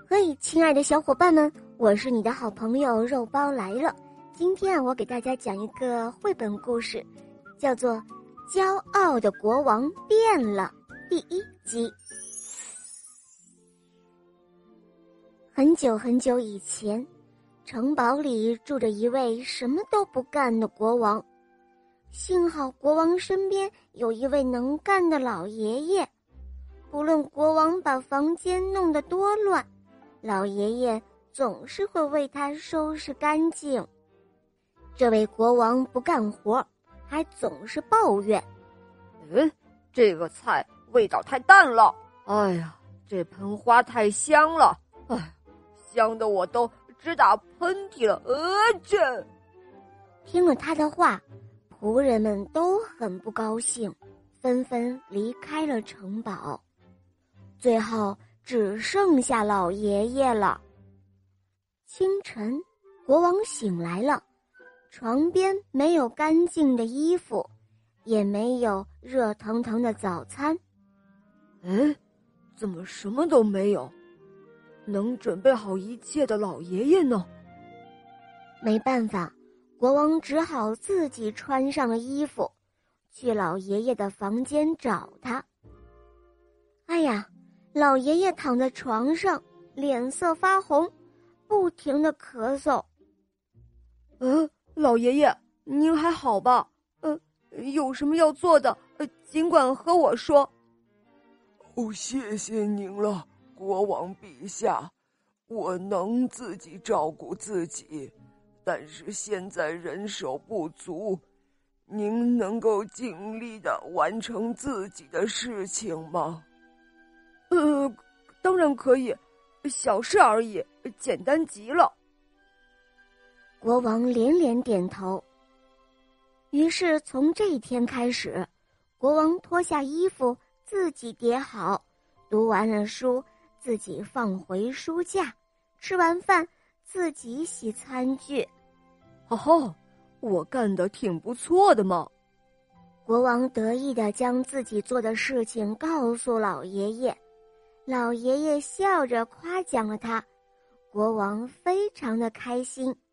嘿，亲爱的小伙伴们，我是你的好朋友肉包来了。今天我给大家讲一个绘本故事，叫做《骄傲的国王变了》第1集。很久很久以前，城堡里住着一位什么都不干的国王。幸好国王身边有一位能干的老爷爷，不论国王把房间弄得多乱，老爷爷总是会为他收拾干净。这位国王不干活，还总是抱怨： 这个菜味道太淡了，哎呀，这盆花太香了，哎，香的我都直打喷嚏了，这。 听了他的话，仆人们都很不高兴，纷纷离开了城堡。最后只剩下老爷爷了。清晨，国王醒来了，床边没有干净的衣服，也没有热腾腾的早餐。 怎么什么都没有？能准备好一切的老爷爷呢？ 没办法，国王只好自己穿上了衣服，去老爷爷的房间找他。哎呀，老爷爷躺在床上，脸色发红，不停地咳嗽。 老爷爷，您还好吧？有什么要做的，尽管和我说。 谢谢您了，国王陛下，我能自己照顾自己，但是现在人手不足，您能够尽力的完成自己的事情吗？ 当然可以，小事而已，简单极了。 国王连连点头。于是从这一天开始，国王脱下衣服，自己叠好，读完了书，自己放回书架，吃完饭，自己洗餐具。 我干得挺不错的嘛。 国王得意地将自己做的事情告诉老爷爷，老爷爷笑着夸奖了他，国王非常的开心。